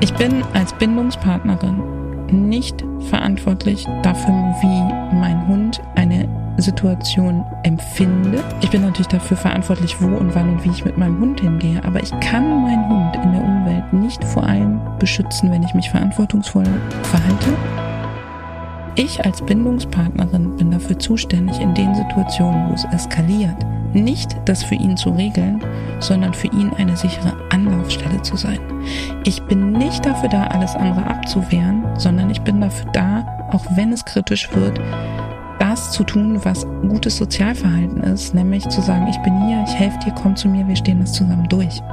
Ich bin als Bindungspartnerin nicht verantwortlich dafür, wie mein Hund eine Situation empfindet. Ich bin natürlich dafür verantwortlich, wo und wann und wie ich mit meinem Hund hingehe. Aber ich kann meinen Hund in der Umwelt nicht vor allem beschützen, wenn ich mich verantwortungsvoll verhalte. Ich als Bindungspartnerin bin dafür zuständig, in den Situationen, wo es eskaliert, nicht das für ihn zu regeln, sondern für ihn eine sichere Anlaufstelle zu sein. Ich bin nicht dafür da, alles andere abzuwehren, sondern ich bin dafür da, auch wenn es kritisch wird, das zu tun, was gutes Sozialverhalten ist, nämlich zu sagen, ich bin hier, ich helfe dir, komm zu mir, wir stehen das zusammen durch.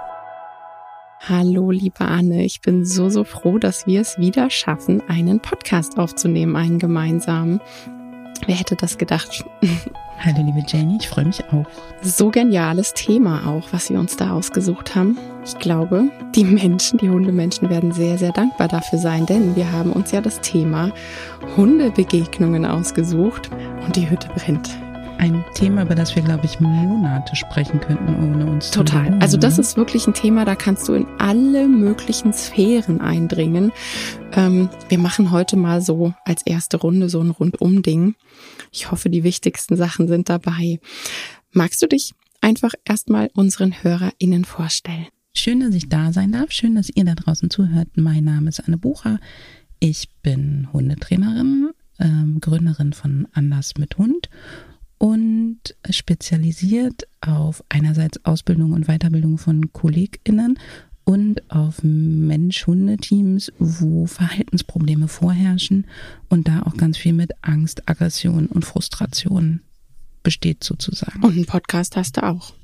Hallo, liebe Anne, ich bin so froh, dass wir es wieder schaffen, einen Podcast aufzunehmen, einen gemeinsamen. Wer hätte das gedacht? Hallo, liebe Jenny, ich freue mich auch. So geniales Thema auch, was wir uns da ausgesucht haben. Ich glaube, die Hundemenschen werden sehr, sehr dankbar dafür sein, denn wir haben uns ja das Thema Hundebegegnungen ausgesucht und die Hütte brennt. Ein Thema, über das wir, glaube ich, Monate sprechen könnten, ohne uns zu Total. berühren. Also das ist wirklich ein Thema, da kannst du in alle möglichen Sphären eindringen. Wir machen heute mal so als erste Runde so ein Rundum-Ding. Ich hoffe, die wichtigsten Sachen sind dabei. Magst du dich einfach erstmal unseren HörerInnen vorstellen? Schön, dass ich da sein darf. Schön, dass ihr da draußen zuhört. Mein Name ist Anne Bucher. Ich bin Hundetrainerin, Gründerin von Anders mit Hund und spezialisiert auf einerseits Ausbildung und Weiterbildung von KollegInnen und auf Mensch-Hunde-Teams, wo Verhaltensprobleme vorherrschen und da auch ganz viel mit Angst, Aggression und Frustration besteht sozusagen. Und einen Podcast hast du auch.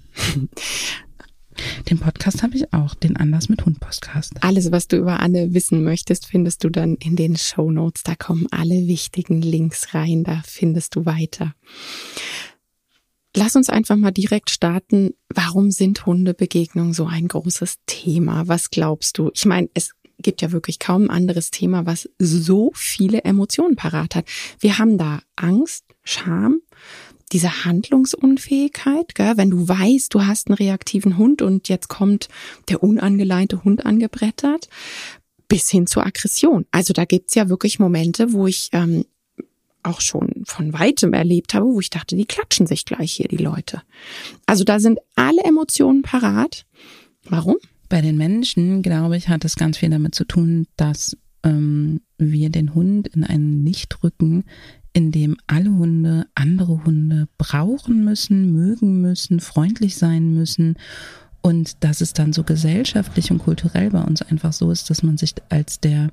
Den Podcast habe ich auch, den Anders mit Hund Podcast. Alles, was du über Anne wissen möchtest, findest du dann in den Shownotes. Da kommen alle wichtigen Links rein, da findest du weiter. Lass uns einfach mal direkt starten. Warum sind Hundebegegnungen so ein großes Thema? Was glaubst du? Ich meine, es gibt ja wirklich kaum ein anderes Thema, was so viele Emotionen parat hat. Wir haben da Angst, Scham, diese Handlungsunfähigkeit, gell? Wenn du weißt, du hast einen reaktiven Hund und jetzt kommt der unangeleinte Hund angebrettert, bis hin zur Aggression. Also da gibt's ja wirklich Momente, wo ich auch schon von Weitem erlebt habe, wo ich dachte, die klatschen sich gleich hier, die Leute. Also da sind alle Emotionen parat. Warum? Bei den Menschen, glaube ich, hat es ganz viel damit zu tun, dass wir den Hund in ein Licht rücken, in dem alle Hunde andere Hunde brauchen müssen, mögen müssen, freundlich sein müssen und dass es dann so gesellschaftlich und kulturell bei uns einfach so ist, dass man sich als der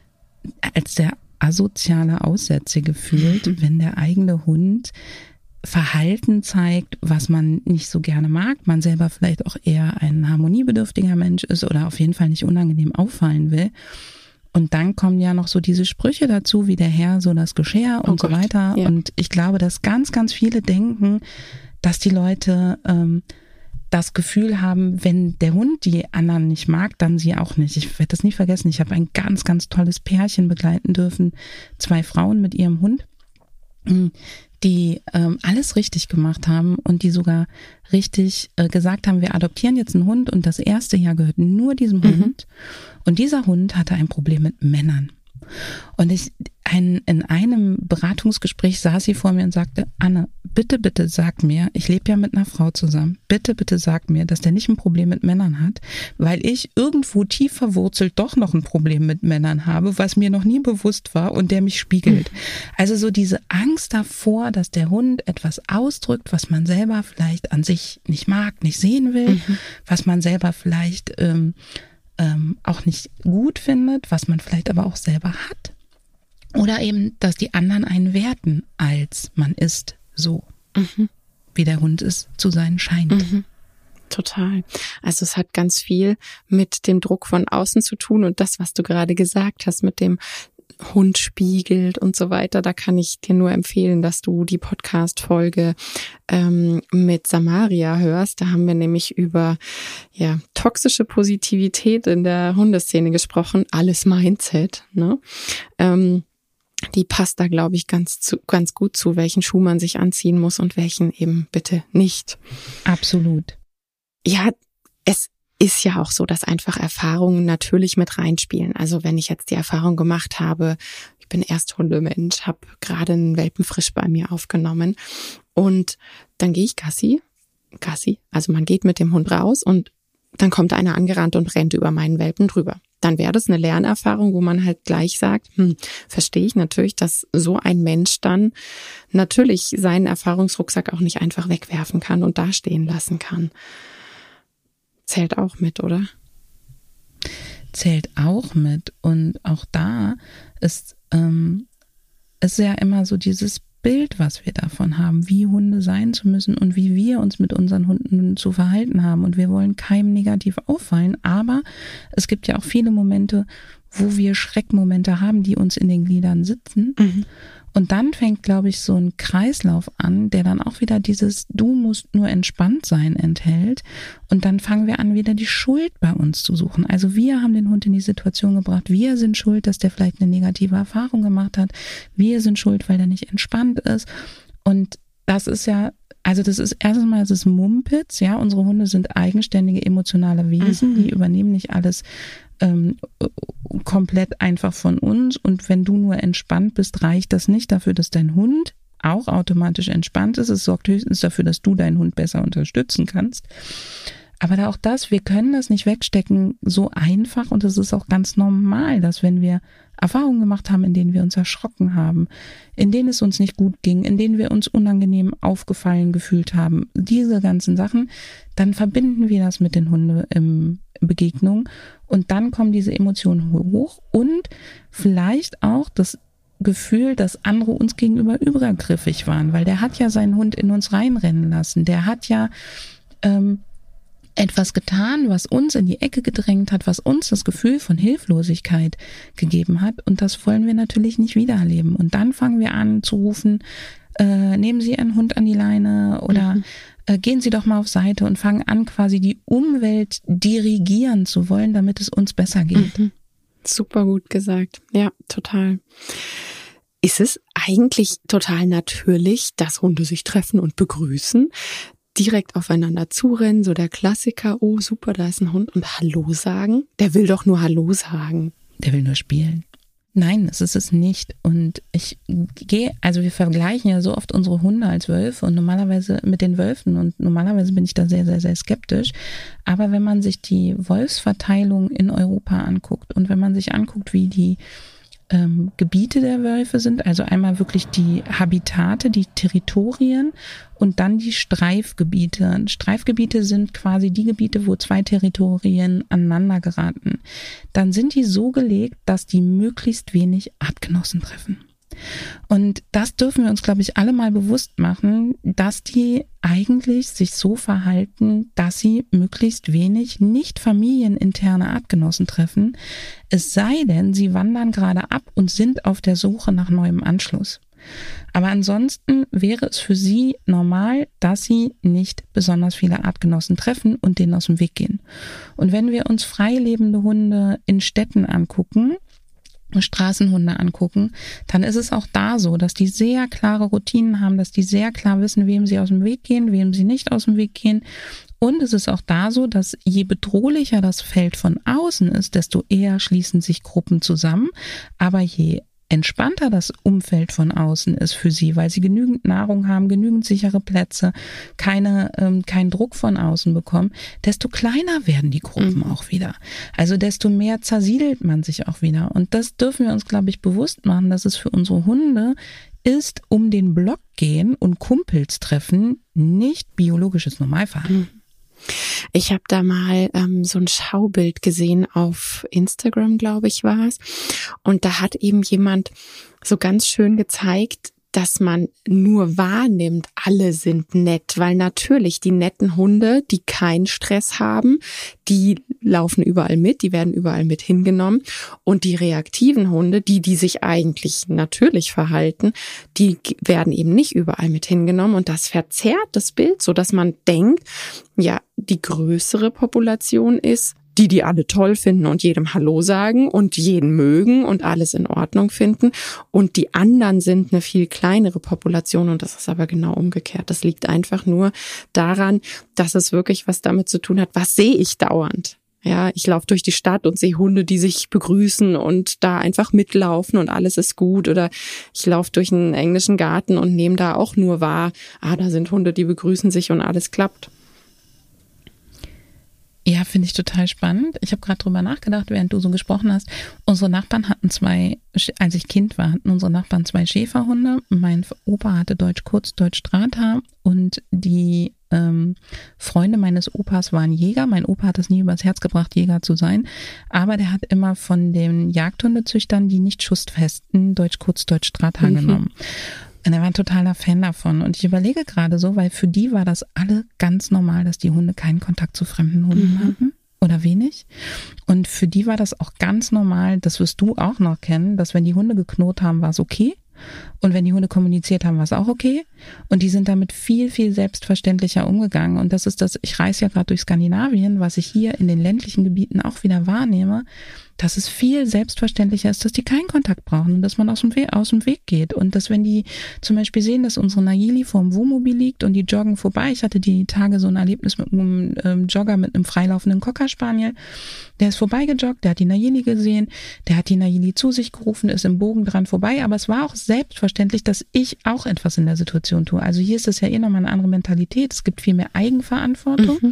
asoziale Aussätzige fühlt, wenn der eigene Hund Verhalten zeigt, was man nicht so gerne mag, man selber vielleicht auch eher ein harmoniebedürftiger Mensch ist oder auf jeden Fall nicht unangenehm auffallen will. Und dann kommen ja noch so diese Sprüche dazu, wie der Herr, so das Geschirr und so weiter. Ja. Und ich glaube, dass ganz, ganz viele denken, dass die Leute das Gefühl haben, wenn der Hund die anderen nicht mag, dann sie auch nicht. Ich werde das nie vergessen. Ich habe ein ganz, ganz tolles Pärchen begleiten dürfen. 2 Frauen mit ihrem Hund, die alles richtig gemacht haben und die sogar richtig gesagt haben, wir adoptieren jetzt einen Hund und das erste Jahr gehört nur diesem Hund. Und dieser Hund hatte ein Problem mit Männern. Und in einem Beratungsgespräch saß sie vor mir und sagte, Anne, bitte sag mir, ich lebe ja mit einer Frau zusammen, bitte sag mir, dass der nicht ein Problem mit Männern hat, weil ich irgendwo tief verwurzelt doch noch ein Problem mit Männern habe, was mir noch nie bewusst war und der mich spiegelt. Also so diese Angst davor, dass der Hund etwas ausdrückt, was man selber vielleicht an sich nicht mag, nicht sehen will, was man selber vielleicht auch nicht gut findet, was man vielleicht aber auch selber hat. Oder eben, dass die anderen einen werten, als man ist so, wie der Hund es zu sein scheint. Total. Also es hat ganz viel mit dem Druck von außen zu tun und das, was du gerade gesagt hast, mit dem Hund spiegelt und so weiter. Da kann ich dir nur empfehlen, dass du die Podcast-Folge mit Samaria hörst. Da haben wir nämlich über toxische Positivität in der Hundeszene gesprochen. Alles Mindset, ne? Die passt da, glaube ich, ganz gut zu, welchen Schuh man sich anziehen muss und welchen eben bitte nicht. Absolut. Ja, es ist ja auch so, dass einfach Erfahrungen natürlich mit reinspielen. Also wenn ich jetzt die Erfahrung gemacht habe, ich bin Ersthundemensch, habe gerade einen Welpen frisch bei mir aufgenommen und dann gehe ich Gassi, also man geht mit dem Hund raus und dann kommt einer angerannt und rennt über meinen Welpen drüber. Dann wäre das eine Lernerfahrung, wo man halt gleich sagt, verstehe ich natürlich, dass so ein Mensch dann natürlich seinen Erfahrungsrucksack auch nicht einfach wegwerfen kann und da stehen lassen kann. Zählt auch mit, oder? Zählt auch mit. Und auch da ist ja immer so dieses Bild, was wir davon haben, wie Hunde sein zu müssen und wie wir uns mit unseren Hunden zu verhalten haben. Und wir wollen keinem negativ auffallen, aber es gibt ja auch viele Momente, wo wir Schreckmomente haben, die uns in den Gliedern sitzen. Mhm. Und dann fängt, glaube ich, so ein Kreislauf an, der dann auch wieder dieses "Du musst nur entspannt sein" enthält. Und dann fangen wir an, wieder die Schuld bei uns zu suchen. Also wir haben den Hund in die Situation gebracht, wir sind schuld, dass der vielleicht eine negative Erfahrung gemacht hat. Wir sind schuld, weil der nicht entspannt ist. Und das ist ja, also das ist erstmal, es ist Mumpitz, ja. Unsere Hunde sind eigenständige emotionale Wesen, die übernehmen nicht alles komplett einfach von uns, und wenn du nur entspannt bist, reicht das nicht dafür, dass dein Hund auch automatisch entspannt ist. Es sorgt höchstens dafür, dass du deinen Hund besser unterstützen kannst. Aber auch das, wir können das nicht wegstecken so einfach, und es ist auch ganz normal, dass wenn wir Erfahrungen gemacht haben, in denen wir uns erschrocken haben, in denen es uns nicht gut ging, in denen wir uns unangenehm aufgefallen gefühlt haben, diese ganzen Sachen, dann verbinden wir das mit den Hundebegegnungen und dann kommen diese Emotionen hoch und vielleicht auch das Gefühl, dass andere uns gegenüber übergriffig waren, weil der hat ja seinen Hund in uns reinrennen lassen, der hat ja etwas getan, was uns in die Ecke gedrängt hat, was uns das Gefühl von Hilflosigkeit gegeben hat, und das wollen wir natürlich nicht wiedererleben. Und dann fangen wir an zu rufen, nehmen Sie Ihren Hund an die Leine oder gehen Sie doch mal auf Seite, und fangen an, quasi die Umwelt dirigieren zu wollen, damit es uns besser geht. Mhm. Super gut gesagt. Ja, total. Ist es eigentlich total natürlich, dass Hunde sich treffen und begrüßen, direkt aufeinander zurennen, so der Klassiker, oh super, da ist ein Hund, und Hallo sagen? Der will doch nur Hallo sagen. Der will nur spielen. Nein, das ist es nicht. Und wir vergleichen ja so oft unsere Hunde als Wölfe und normalerweise mit den Wölfen, und normalerweise bin ich da sehr, sehr, sehr skeptisch. Aber wenn man sich die Wolfsverteilung in Europa anguckt und wenn man sich anguckt, wie die Gebiete der Wölfe sind, also einmal wirklich die Habitate, die Territorien und dann die Streifgebiete. Streifgebiete sind quasi die Gebiete, wo zwei Territorien aneinander geraten. Dann sind die so gelegt, dass die möglichst wenig Artgenossen treffen. Und das dürfen wir uns, glaube ich, alle mal bewusst machen, dass die eigentlich sich so verhalten, dass sie möglichst wenig nicht familieninterne Artgenossen treffen, es sei denn, sie wandern gerade ab und sind auf der Suche nach neuem Anschluss. Aber ansonsten wäre es für sie normal, dass sie nicht besonders viele Artgenossen treffen und denen aus dem Weg gehen. Und wenn wir uns freilebende Hunde in Städten angucken, Straßenhunde angucken, dann ist es auch da so, dass die sehr klare Routinen haben, dass die sehr klar wissen, wem sie aus dem Weg gehen, wem sie nicht aus dem Weg gehen. Und es ist auch da so, dass je bedrohlicher das Feld von außen ist, desto eher schließen sich Gruppen zusammen. Aber je entspannter das Umfeld von außen ist für sie, weil sie genügend Nahrung haben, genügend sichere Plätze, keinen Druck von außen bekommen, desto kleiner werden die Gruppen auch wieder. Also desto mehr zersiedelt man sich auch wieder. Und das dürfen wir uns, glaube ich, bewusst machen, dass es für unsere Hunde ist, um den Block gehen und Kumpels treffen, nicht biologisches Normalverhalten. Ich habe da mal so ein Schaubild gesehen auf Instagram, glaube ich, war es. Und da hat eben jemand so ganz schön gezeigt, dass man nur wahrnimmt, alle sind nett, weil natürlich die netten Hunde, die keinen Stress haben, die laufen überall mit, die werden überall mit hingenommen, und die reaktiven Hunde, die sich eigentlich natürlich verhalten, die werden eben nicht überall mit hingenommen, und das verzerrt das Bild, so dass man denkt, ja, die größere Population ist die alle toll finden und jedem Hallo sagen und jeden mögen und alles in Ordnung finden. Und die anderen sind eine viel kleinere Population und das ist aber genau umgekehrt. Das liegt einfach nur daran, dass es wirklich was damit zu tun hat, was sehe ich dauernd? Ja, ich laufe durch die Stadt und sehe Hunde, die sich begrüßen und da einfach mitlaufen und alles ist gut. Oder ich laufe durch einen englischen Garten und nehme da auch nur wahr, da sind Hunde, die begrüßen sich und alles klappt. Ja, finde ich total spannend. Ich habe gerade drüber nachgedacht, während du so gesprochen hast. Unsere Nachbarn hatten als ich Kind war, hatten unsere Nachbarn 2 Schäferhunde. Mein Opa hatte Deutsch Kurz, Deutsch Strata und die Freunde meines Opas waren Jäger. Mein Opa hat es nie übers Herz gebracht, Jäger zu sein, aber der hat immer von den Jagdhundezüchtern die nicht schussfesten Deutsch Kurz, Deutsch Strata genommen. Und er war ein totaler Fan davon. Und ich überlege gerade so, weil für die war das alle ganz normal, dass die Hunde keinen Kontakt zu fremden Hunden hatten oder wenig. Und für die war das auch ganz normal, das wirst du auch noch kennen, dass wenn die Hunde geknurrt haben, war es okay. Und wenn die Hunde kommuniziert haben, war es auch okay. Und die sind damit viel, viel selbstverständlicher umgegangen. Und das ist das, ich reise ja gerade durch Skandinavien, was ich hier in den ländlichen Gebieten auch wieder wahrnehme, dass es viel selbstverständlicher ist, dass die keinen Kontakt brauchen und dass man aus dem Weg geht. Und dass wenn die zum Beispiel sehen, dass unsere Nayeli vorm Wohnmobil liegt und die joggen vorbei. Ich hatte die Tage so ein Erlebnis mit einem Jogger mit einem freilaufenden Cocker Spaniel. Der ist vorbeigejoggt, der hat die Nayeli gesehen, der hat die Nayeli zu sich gerufen, ist im Bogen dran vorbei. Aber es war auch selbstverständlich, dass ich auch etwas in der Situation tue. Also hier ist das ja nochmal eine andere Mentalität. Es gibt viel mehr Eigenverantwortung.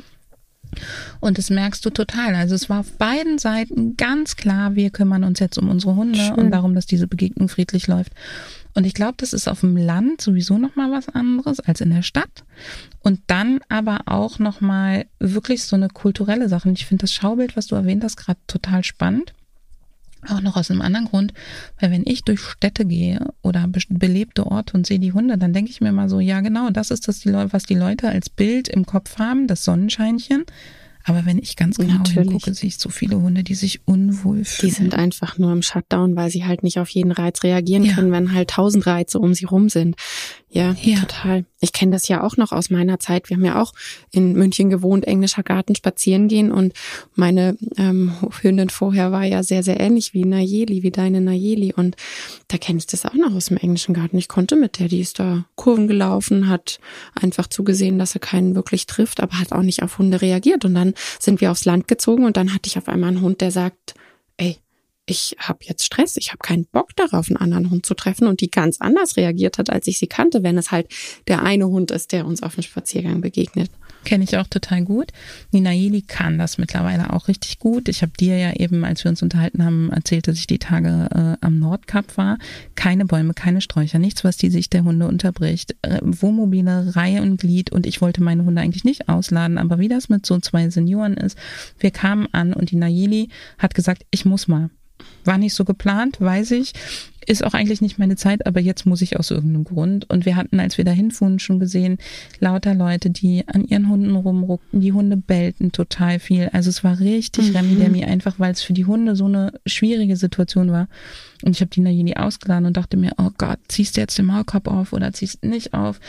Und das merkst du total. Also es war auf beiden Seiten ganz klar, wir kümmern uns jetzt um unsere Hunde. Schön. Und darum, dass diese Begegnung friedlich läuft. Und ich glaube, das ist auf dem Land sowieso nochmal was anderes als in der Stadt. Und dann aber auch nochmal wirklich so eine kulturelle Sache. Und ich finde das Schaubild, was du erwähnt hast, gerade total spannend. Auch noch aus einem anderen Grund, weil wenn ich durch Städte gehe oder belebte Orte und sehe die Hunde, dann denke ich mir mal so, ja genau, das ist das, was die Leute als Bild im Kopf haben, das Sonnenscheinchen. Aber wenn ich ganz genau hingucke, sehe ich so viele Hunde, die sich unwohl fühlen. Die sind einfach nur im Shutdown, weil sie halt nicht auf jeden Reiz reagieren können, wenn halt 1000 Reize um sie rum sind. Ja, total. Ich kenne das ja auch noch aus meiner Zeit. Wir haben ja auch in München gewohnt, englischer Garten, spazieren gehen. Und meine Hündin vorher war ja sehr, sehr ähnlich wie Nayeli, wie deine Nayeli. Und da kenne ich das auch noch aus dem englischen Garten. Ich konnte mit der, die ist da Kurven gelaufen, hat einfach zugesehen, dass er keinen wirklich trifft, aber hat auch nicht auf Hunde reagiert. Und dann sind wir aufs Land gezogen und dann hatte ich auf einmal einen Hund, der sagt, ey, ich habe jetzt Stress, ich habe keinen Bock darauf, einen anderen Hund zu treffen und die ganz anders reagiert hat, als ich sie kannte, wenn es halt der eine Hund ist, der uns auf dem Spaziergang begegnet. Kenne ich auch total gut. Die Nayeli kann das mittlerweile auch richtig gut. Ich habe dir ja eben, als wir uns unterhalten haben, erzählt, dass ich die Tage am Nordkap war. Keine Bäume, keine Sträucher, nichts, was die Sicht der Hunde unterbricht. Wohnmobile, Reihe und Glied und ich wollte meine Hunde eigentlich nicht ausladen, aber wie das mit so 2 Senioren ist, wir kamen an und die Nayeli hat gesagt, ich muss mal. War nicht so geplant, weiß ich. Ist auch eigentlich nicht meine Zeit, aber jetzt muss ich aus irgendeinem Grund. Und wir hatten, als wir da hinfuhren, schon gesehen, lauter Leute, die an ihren Hunden rumruckten. Die Hunde bellten total viel. Also es war richtig Remi-Demi, einfach weil es für die Hunde so eine schwierige Situation war. Und ich habe die Nayeli ausgeladen und dachte mir, oh Gott, ziehst du jetzt den Maulkorb auf oder ziehst du nicht auf?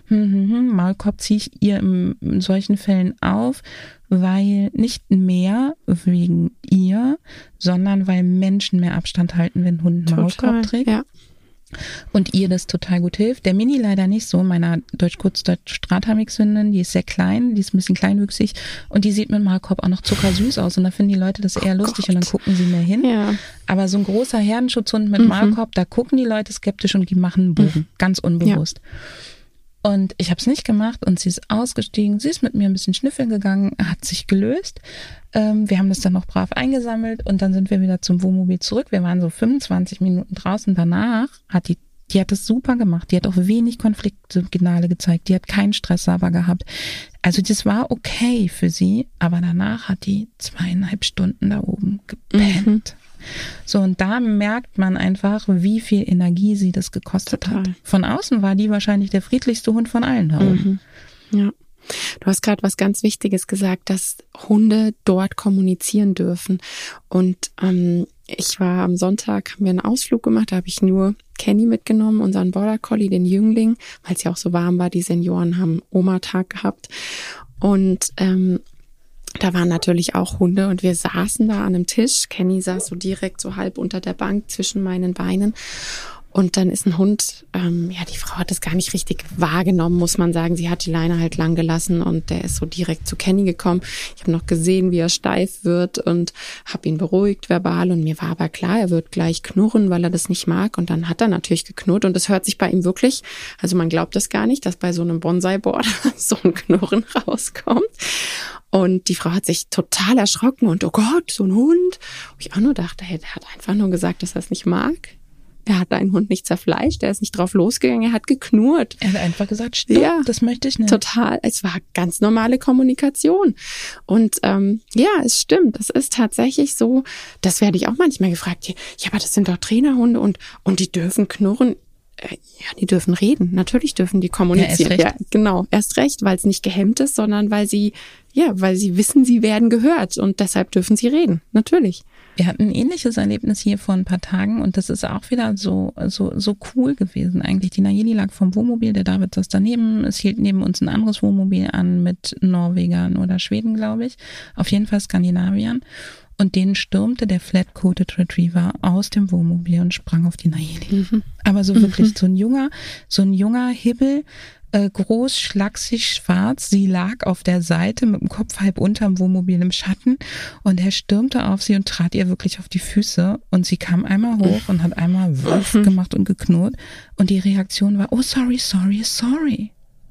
Maulkorb ziehe ich ihr in solchen Fällen auf, weil nicht mehr wegen ihr, sondern weil Menschen mehr Abstand halten, wenn ein Hund einen Maulkorb trägt. Ja. Und ihr das total gut hilft. Der Mini leider nicht so, meiner Deutsch-Kurz-Deutsch-Strata-Mix-Hündin, die ist sehr klein, die ist ein bisschen kleinwüchsig und die sieht mit dem Maulkorb auch noch zuckersüß aus und da finden die Leute das eher lustig und dann gucken sie mehr hin. Ja. Aber so ein großer Herdenschutzhund mit Maulkorb, da gucken die Leute skeptisch und die machen einen Bogen, ganz unbewusst. Ja. Und ich habe es nicht gemacht und sie ist ausgestiegen, sie ist mit mir ein bisschen schnüffeln gegangen, hat sich gelöst. Wir haben das dann noch brav eingesammelt und dann sind wir wieder zum Wohnmobil zurück. Wir waren so 25 Minuten draußen. Danach hat die hat das super gemacht. Die hat auch wenig Konfliktsignale gezeigt. Die hat keinen Stress aber gehabt. Also das war okay für sie, aber danach hat die 2,5 Stunden da oben gepennt. So, und da merkt man einfach, wie viel Energie sie das gekostet hat. Von außen war die wahrscheinlich der friedlichste Hund von allen da oben. Ja. Du hast gerade was ganz Wichtiges gesagt, dass Hunde dort kommunizieren dürfen. Und ich war am Sonntag, haben wir einen Ausflug gemacht, da habe ich nur Kenny mitgenommen, unseren Border Collie, den Jüngling, weil es ja auch so warm war, die Senioren haben Oma-Tag gehabt. Und Da waren natürlich auch Hunde und wir saßen da an einem Tisch. Kenny saß so direkt so halb unter der Bank zwischen meinen Beinen. Und dann ist ein Hund, die Frau hat das gar nicht richtig wahrgenommen, muss man sagen. Sie hat die Leine halt lang gelassen und der ist so direkt zu Kenny gekommen. Ich habe noch gesehen, wie er steif wird und habe ihn beruhigt verbal. Und mir war aber klar, er wird gleich knurren, weil er das nicht mag. Und dann hat er natürlich geknurrt und es hört sich bei ihm wirklich, also man glaubt das gar nicht, dass bei so einem Bonsai-Board so ein Knurren rauskommt. Und die Frau hat sich total erschrocken und oh Gott, so ein Hund. Wo ich auch nur dachte, hey, der hat einfach nur gesagt, dass er es nicht mag. Er hat deinen Hund nicht zerfleischt, er ist nicht drauf losgegangen, er hat geknurrt. Er hat einfach gesagt, stopp, das möchte ich nicht. Total, es war ganz normale Kommunikation. Und es stimmt, es ist tatsächlich so, das werde ich auch manchmal gefragt, ja, aber das sind doch Trainerhunde und die dürfen knurren. Die dürfen reden, natürlich dürfen die kommunizieren. Ja, erst recht. Genau, erst recht, weil es nicht gehemmt ist, sondern weil sie wissen, sie werden gehört und deshalb dürfen sie reden, natürlich. Wir hatten ein ähnliches Erlebnis hier vor ein paar Tagen und das ist auch wieder so cool gewesen eigentlich. Die Nayeli lag vom Wohnmobil, der David saß daneben, es hielt neben uns ein anderes Wohnmobil an mit Norwegern oder Schweden, glaube ich, auf jeden Fall Skandinaviern. Und denen stürmte der Flat-Coated Retriever aus dem Wohnmobil und sprang auf die Nayeli. Aber so wirklich so ein junger Hibbel, groß, schlaksig, schwarz. Sie lag auf der Seite mit dem Kopf halb unterm Wohnmobil im Schatten und er stürmte auf sie und trat ihr wirklich auf die Füße und sie kam einmal hoch und hat einmal Wuff gemacht und geknurrt und die Reaktion war, oh sorry.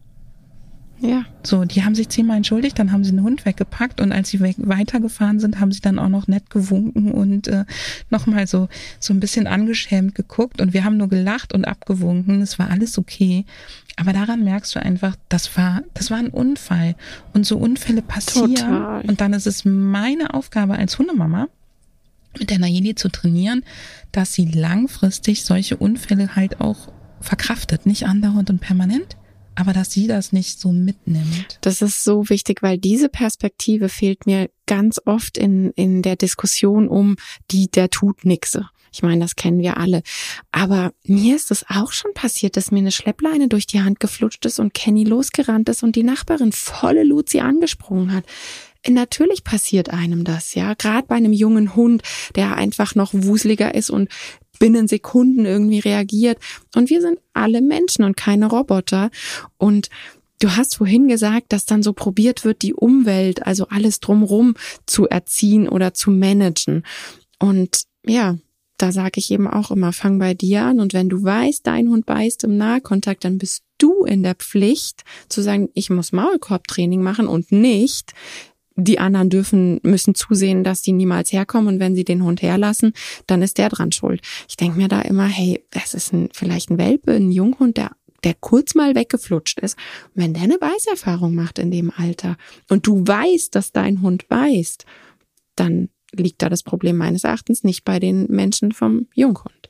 Ja. So, die haben sich 10-mal entschuldigt, dann haben sie den Hund weggepackt und als sie weitergefahren sind, haben sie dann auch noch nett gewunken und nochmal so ein bisschen angeschämt geguckt und wir haben nur gelacht und abgewunken, es war alles okay. Aber daran merkst du einfach, das war ein Unfall und so Unfälle passieren. Total. Und dann ist es meine Aufgabe als Hundemama, mit der Nayeli zu trainieren, dass sie langfristig solche Unfälle halt auch verkraftet, nicht andauernd und permanent. Aber dass sie das nicht so mitnimmt. Das ist so wichtig, weil diese Perspektive fehlt mir ganz oft in der Diskussion um der tut nixe. Ich meine, das kennen wir alle. Aber mir ist es auch schon passiert, dass mir eine Schleppleine durch die Hand geflutscht ist und Kenny losgerannt ist und die Nachbarin volle Luzi angesprungen hat. Natürlich passiert einem das, ja. Gerade bei einem jungen Hund, der einfach noch wuseliger ist und binnen Sekunden irgendwie reagiert. Und wir sind alle Menschen und keine Roboter. Und du hast vorhin gesagt, dass dann so probiert wird, die Umwelt, also alles drumherum zu erziehen oder zu managen. Und ja, da sage ich eben auch immer, fang bei dir an. Und wenn du weißt, dein Hund beißt im Nahkontakt, dann bist du in der Pflicht zu sagen, ich muss Maulkorbtraining machen und nicht, die anderen müssen zusehen, dass die niemals herkommen und wenn sie den Hund herlassen, dann ist der dran schuld. Ich denke mir da immer, hey, das ist vielleicht ein Welpe, ein Junghund, der kurz mal weggeflutscht ist. Wenn der eine Beißerfahrung macht in dem Alter und du weißt, dass dein Hund beißt, dann liegt da das Problem meines Erachtens nicht bei den Menschen vom Junghund.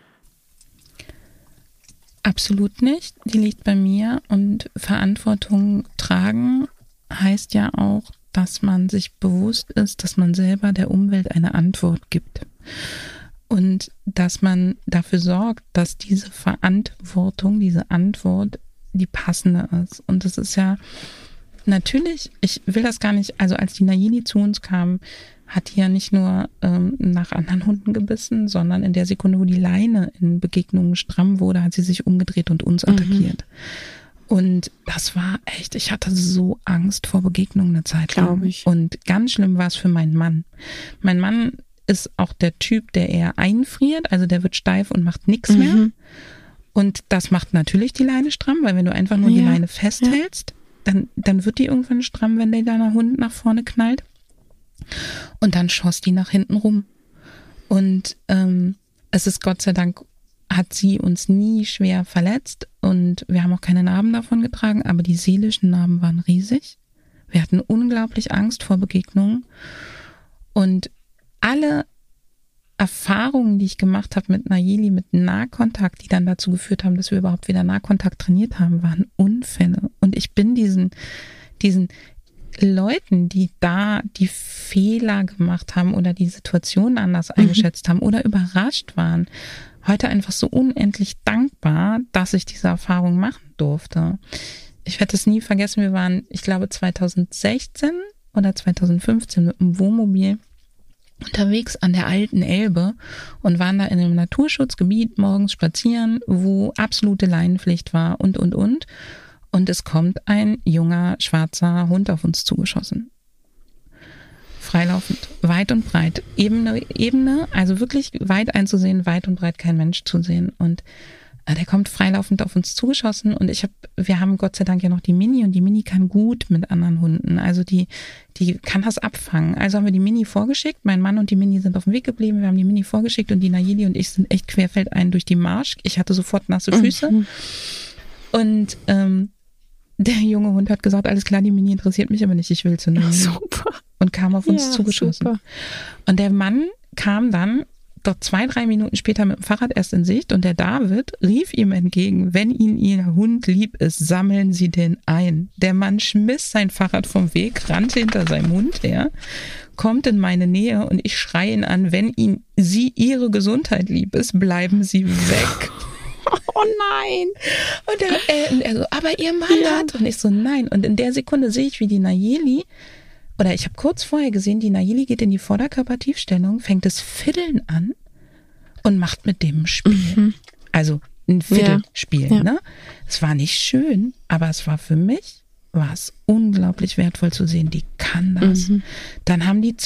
Absolut nicht. Die liegt bei mir und Verantwortung tragen heißt ja auch, dass man sich bewusst ist, dass man selber der Umwelt eine Antwort gibt und dass man dafür sorgt, dass diese Verantwortung, diese Antwort die passende ist. Und das ist ja natürlich, ich will das gar nicht, also als die Nayeli zu uns kam, hat die ja nicht nur nach anderen Hunden gebissen, sondern in der Sekunde, wo die Leine in Begegnungen stramm wurde, hat sie sich umgedreht und uns attackiert. Und das war echt, ich hatte so Angst vor Begegnungen eine Zeit lang. Glaube ich. Und ganz schlimm war es für meinen Mann. Mein Mann ist auch der Typ, der eher einfriert, also der wird steif und macht nichts mehr. Und das macht natürlich die Leine stramm, weil wenn du einfach nur die Leine festhältst, dann wird die irgendwann stramm, wenn der deiner Hund nach vorne knallt. Und dann schoss die nach hinten rum. Und es ist Gott sei Dank, hat sie uns nie schwer verletzt und wir haben auch keine Narben davon getragen, aber die seelischen Narben waren riesig. Wir hatten unglaublich Angst vor Begegnungen und alle Erfahrungen, die ich gemacht habe mit Nayeli, mit Nahkontakt, die dann dazu geführt haben, dass wir überhaupt wieder Nahkontakt trainiert haben, waren Unfälle. Und ich bin diesen Leuten, die da die Fehler gemacht haben oder die Situation anders eingeschätzt haben oder überrascht waren, heute einfach so unendlich dankbar, dass ich diese Erfahrung machen durfte. Ich werde es nie vergessen, wir waren, ich glaube 2016 oder 2015 mit dem Wohnmobil unterwegs an der alten Elbe und waren da in einem Naturschutzgebiet morgens spazieren, wo absolute Leinenpflicht war und. Und es kommt ein junger, schwarzer Hund auf uns zugeschossen. Freilaufend, weit und breit, Ebene, also wirklich weit einzusehen, weit und breit kein Mensch zu sehen. Und der kommt freilaufend auf uns zugeschossen und wir haben Gott sei Dank ja noch die Mini und die Mini kann gut mit anderen Hunden. Also die kann das abfangen. Also haben wir die Mini vorgeschickt. Mein Mann und die Mini sind auf dem Weg geblieben. Wir haben die Mini vorgeschickt und die Nayeli und ich sind echt querfeldein durch die Marsch. Ich hatte sofort nasse Füße. Und der junge Hund hat gesagt, alles klar, die Mini interessiert mich aber nicht, ich will zu Nayeli. Super. Und kam auf uns zugeschossen. Super. Und der Mann kam dann doch 2-3 Minuten später mit dem Fahrrad erst in Sicht und der David rief ihm entgegen, wenn Ihnen Ihr Hund lieb ist, sammeln Sie den ein. Der Mann schmiss sein Fahrrad vom Weg, rannte hinter seinem Hund her, kommt in meine Nähe und ich schreie ihn an, wenn Sie Ihre Gesundheit lieb ist, bleiben Sie weg. Oh nein! Und er so, aber Ihr Mann hat. Und ich so, nein. Und in der Sekunde sehe ich, wie die Nayeli, oder ich habe kurz vorher gesehen, die Nayeli geht in die Vorderkörpertiefstellung, fängt das Fiddeln an und macht mit dem ein Spiel. Also ein Fiddelspiel, ne? Es war nicht schön, aber es war für mich, war es unglaublich wertvoll zu sehen, die kann das. Dann haben die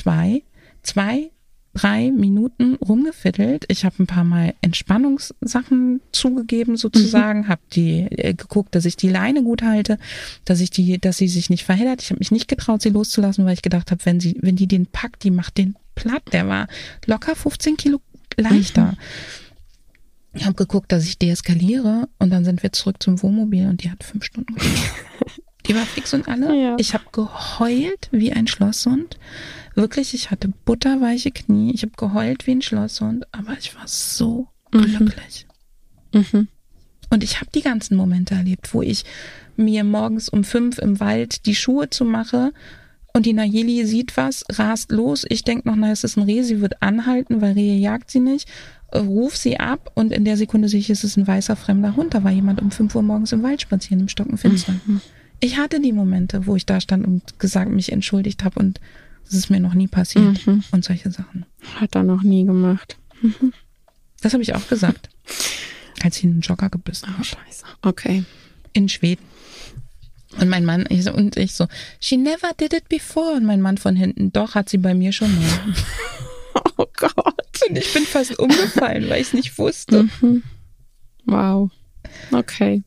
2-3 Minuten rumgefiddelt. Ich habe ein paar Mal Entspannungssachen zugegeben sozusagen, habe die geguckt, dass ich die Leine gut halte, dass sie sich nicht verheddert. Ich habe mich nicht getraut, sie loszulassen, weil ich gedacht habe, wenn die den packt, die macht den platt. Der war locker 15 Kilo leichter. Ich habe geguckt, dass ich deeskaliere und dann sind wir zurück zum Wohnmobil und die hat 5 Stunden gedauert. Die war fix und alle. Ja. Ich habe geheult wie ein Schlosshund. Wirklich, ich hatte butterweiche Knie. Ich habe geheult wie ein Schlosshund, aber ich war so glücklich. Und ich habe die ganzen Momente erlebt, wo ich mir morgens um 5 im Wald die Schuhe zumache und die Nayeli sieht was, rast los. Ich denke noch, na, es ist ein Reh, sie wird anhalten, weil Rehe jagt sie nicht. Ruf sie ab und in der Sekunde sehe ich, es ist ein weißer, fremder Hund. Da war jemand um 5 Uhr morgens im Wald spazieren, im Stockenfinster. Ich hatte die Momente, wo ich da stand und mich entschuldigt habe und das ist mir noch nie passiert und solche Sachen. Hat er noch nie gemacht. Das habe ich auch gesagt, als ich einen Jogger gebissen habe. Oh, scheiße. Okay. In Schweden. Und mein Mann, ich so, she never did it before. Und mein Mann von hinten, doch, hat sie bei mir schon mal. Oh Gott. Und ich bin fast umgefallen, weil ich es nicht wusste. Wow. Okay.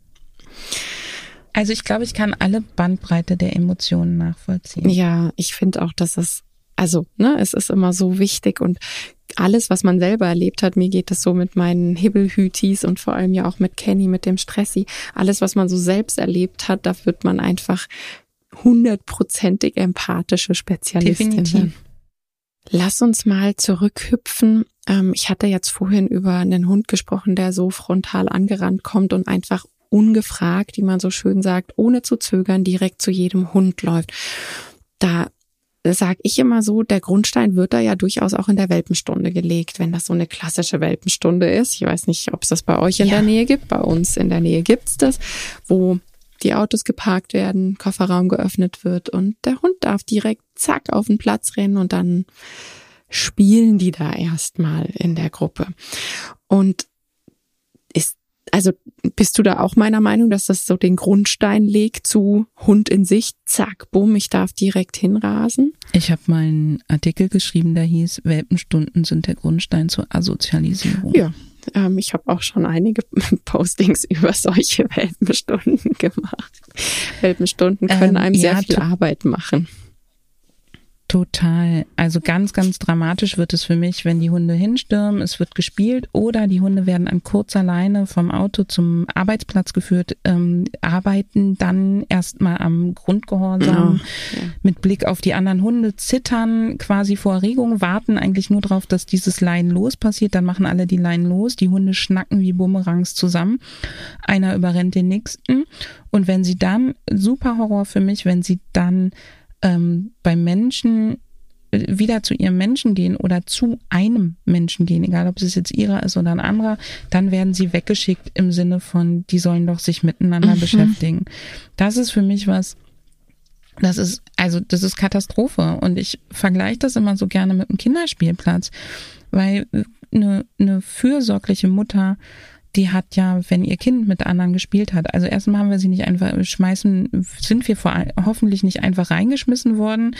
Also ich glaube, ich kann alle Bandbreite der Emotionen nachvollziehen. Ja, ich finde auch, dass es ist immer so wichtig und alles, was man selber erlebt hat, mir geht es so mit meinen Hibbelhütis und vor allem ja auch mit Kenny, mit dem Stressi, alles, was man so selbst erlebt hat, da wird man einfach 100%ig empathische Spezialistin. Definitiv. Lass uns mal zurückhüpfen. Ich hatte jetzt vorhin über einen Hund gesprochen, der so frontal angerannt kommt und einfach ungefragt, wie man so schön sagt, ohne zu zögern, direkt zu jedem Hund läuft. Da sage ich immer so, der Grundstein wird da ja durchaus auch in der Welpenstunde gelegt, wenn das so eine klassische Welpenstunde ist. Ich weiß nicht, ob es das bei euch in der Nähe gibt. Bei uns in der Nähe gibt's das, wo die Autos geparkt werden, Kofferraum geöffnet wird und der Hund darf direkt zack auf den Platz rennen und dann spielen die da erstmal in der Gruppe. Und bist du da auch meiner Meinung, dass das so den Grundstein legt zu Hund in Sicht, zack, bumm, ich darf direkt hinrasen? Ich habe mal einen Artikel geschrieben, der hieß, Welpenstunden sind der Grundstein zur Asozialisierung. Ja, ich habe auch schon einige Postings über solche Welpenstunden gemacht. Welpenstunden können einem sehr viel Arbeit machen. Total. Also ganz, ganz dramatisch wird es für mich, wenn die Hunde hinstürmen, es wird gespielt oder die Hunde werden an kurzer Leine vom Auto zum Arbeitsplatz geführt, arbeiten dann erstmal am Grundgehorsam mit Blick auf die anderen Hunde, zittern quasi vor Erregung, warten eigentlich nur darauf, dass dieses Leinen los passiert, dann machen alle die Leinen los, die Hunde schnacken wie Bumerangs zusammen, einer überrennt den nächsten und wenn sie dann, super Horror für mich, wenn sie dann beim Menschen wieder zu ihrem Menschen gehen oder zu einem Menschen gehen, egal ob es jetzt ihrer ist oder ein anderer, dann werden sie weggeschickt im Sinne von, die sollen doch sich miteinander beschäftigen. Das ist für mich was, Das ist Katastrophe. Und ich vergleiche das immer so gerne mit einem Kinderspielplatz, weil eine fürsorgliche Mutter, die hat ja, wenn ihr Kind mit anderen gespielt hat, also erstmal haben wir sie nicht einfach sind wir hoffentlich nicht einfach reingeschmissen worden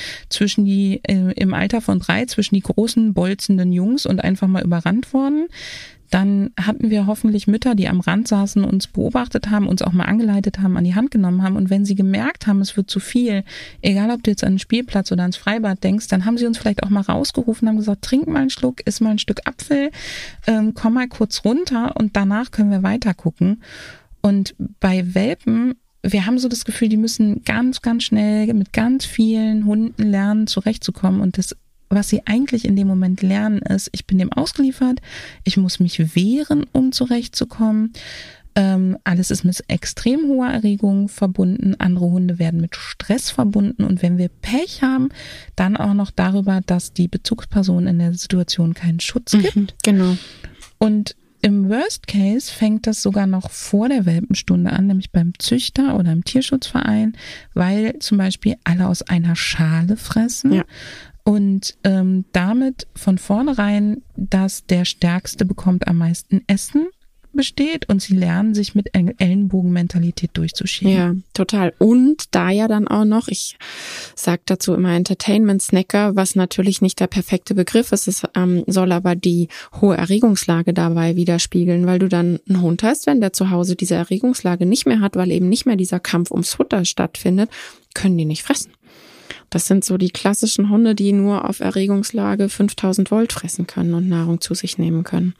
im Alter von 3, zwischen die großen, bolzenden Jungs und einfach mal überrannt worden. Dann hatten wir hoffentlich Mütter, die am Rand saßen, uns beobachtet haben, uns auch mal angeleitet haben, an die Hand genommen haben. Und wenn sie gemerkt haben, es wird zu viel, egal ob du jetzt an den Spielplatz oder ans Freibad denkst, dann haben sie uns vielleicht auch mal rausgerufen, haben gesagt, trink mal einen Schluck, iss mal ein Stück Apfel, komm mal kurz runter und danach können wir weiter gucken. Und bei Welpen, wir haben so das Gefühl, die müssen ganz, ganz schnell mit ganz vielen Hunden lernen, zurechtzukommen. Und das, was sie eigentlich in dem Moment lernen, ist, ich bin dem ausgeliefert, ich muss mich wehren, um zurechtzukommen. Alles ist mit extrem hoher Erregung verbunden. Andere Hunde werden mit Stress verbunden. Und wenn wir Pech haben, dann auch noch darüber, dass die Bezugsperson in der Situation keinen Schutz gibt. Genau. Und im Worst Case fängt das sogar noch vor der Welpenstunde an, nämlich beim Züchter oder im Tierschutzverein, weil zum Beispiel alle aus einer Schale fressen. Ja. Und damit von vornherein, dass der Stärkste bekommt am meisten Essen besteht und sie lernen, sich mit Ellenbogenmentalität durchzuschieben. Ja, total. Und da ja dann auch noch, ich sage dazu immer Entertainment-Snacker, was natürlich nicht der perfekte Begriff ist, es soll aber die hohe Erregungslage dabei widerspiegeln, weil du dann einen Hund hast, wenn der zu Hause diese Erregungslage nicht mehr hat, weil eben nicht mehr dieser Kampf ums Futter stattfindet, können die nicht fressen. Das sind so die klassischen Hunde, die nur auf Erregungslage 5000 Volt fressen können und Nahrung zu sich nehmen können.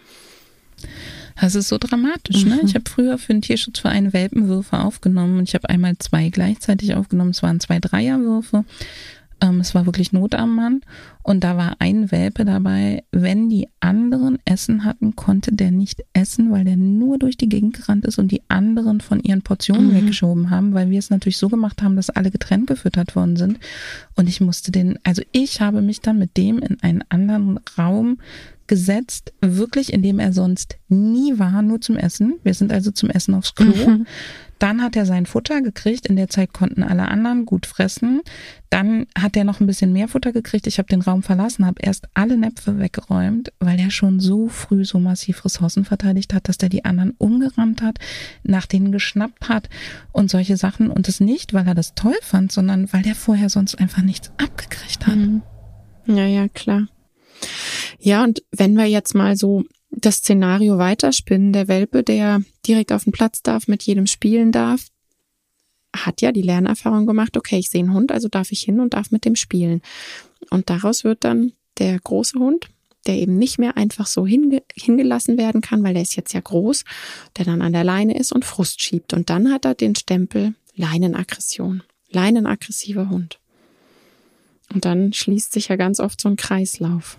Das ist so dramatisch, ne? Ich habe früher für den Tierschutzverein Welpenwürfe aufgenommen und ich habe einmal 2 gleichzeitig aufgenommen. Es waren 2 Dreierwürfe. Es war wirklich Not am Mann. Und da war ein Welpe dabei. Wenn die anderen Essen hatten, konnte der nicht essen, weil der nur durch die Gegend gerannt ist und die anderen von ihren Portionen weggeschoben haben, weil wir es natürlich so gemacht haben, dass alle getrennt gefüttert worden sind. Und ich habe mich dann mit dem in einen anderen Raum gesetzt, wirklich, in dem er sonst nie war, nur zum Essen. Wir sind also zum Essen aufs Klo. Dann hat er sein Futter gekriegt. In der Zeit konnten alle anderen gut fressen. Dann hat er noch ein bisschen mehr Futter gekriegt. Ich habe den Raum verlassen, habe erst alle Näpfe weggeräumt, weil er schon so früh so massiv Ressourcen verteidigt hat, dass der die anderen umgerannt hat, nach denen geschnappt hat und solche Sachen. Und das nicht, weil er das toll fand, sondern weil der vorher sonst einfach nichts abgekriegt hat. Ja, klar. Ja, und wenn wir jetzt mal so das Szenario weiterspinnen, der Welpe, der direkt auf den Platz darf, mit jedem spielen darf, hat ja die Lernerfahrung gemacht, okay, ich sehe einen Hund, also darf ich hin und darf mit dem spielen. Und daraus wird dann der große Hund, der eben nicht mehr einfach so hingelassen werden kann, weil der ist jetzt ja groß, der dann an der Leine ist und Frust schiebt. Und dann hat er den Stempel Leinenaggression, leinenaggressiver Hund. Und dann schließt sich ja ganz oft so ein Kreislauf.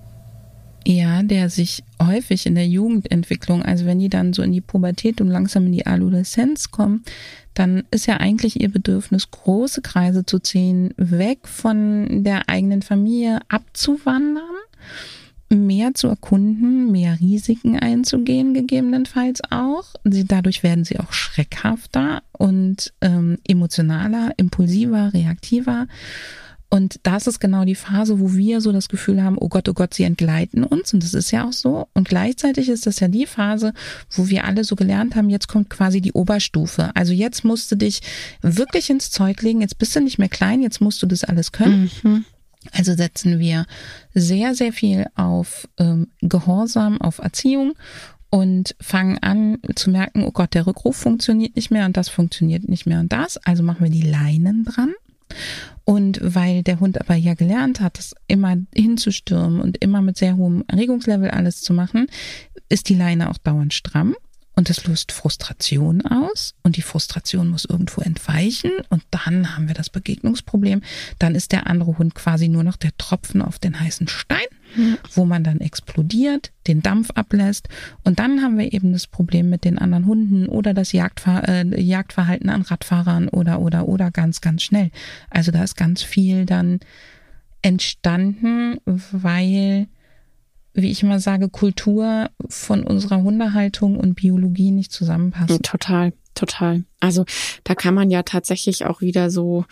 Ja, der sich häufig in der Jugendentwicklung, also wenn die dann so in die Pubertät und langsam in die Adoleszenz kommen, dann ist ja eigentlich ihr Bedürfnis, große Kreise zu ziehen, weg von der eigenen Familie, abzuwandern, mehr zu erkunden, mehr Risiken einzugehen, gegebenenfalls auch. Dadurch werden sie auch schreckhafter und emotionaler, impulsiver, reaktiver. Und das ist genau die Phase, wo wir so das Gefühl haben, oh Gott, sie entgleiten uns. Und das ist ja auch so. Und gleichzeitig ist das ja die Phase, wo wir alle so gelernt haben, jetzt kommt quasi die Oberstufe. Also jetzt musst du dich wirklich ins Zeug legen. Jetzt bist du nicht mehr klein, jetzt musst du das alles können. Also setzen wir sehr, sehr viel auf Gehorsam, auf Erziehung und fangen an zu merken, oh Gott, der Rückruf funktioniert nicht mehr und das funktioniert nicht mehr und das. Also machen wir die Leinen dran. Und weil der Hund aber ja gelernt hat, das immer hinzustürmen und immer mit sehr hohem Erregungslevel alles zu machen, ist die Leine auch dauernd stramm. Und das löst Frustration aus und die Frustration muss irgendwo entweichen und dann haben wir das Begegnungsproblem. Dann ist der andere Hund quasi nur noch der Tropfen auf den heißen Stein, wo man dann explodiert, den Dampf ablässt und dann haben wir eben das Problem mit den anderen Hunden oder das Jagdverhalten an Radfahrern oder ganz, ganz schnell. Also da ist ganz viel dann entstanden, weil, wie ich immer sage, Kultur von unserer Hundehaltung und Biologie nicht zusammenpassen. Total. Also da kann man ja tatsächlich auch wieder so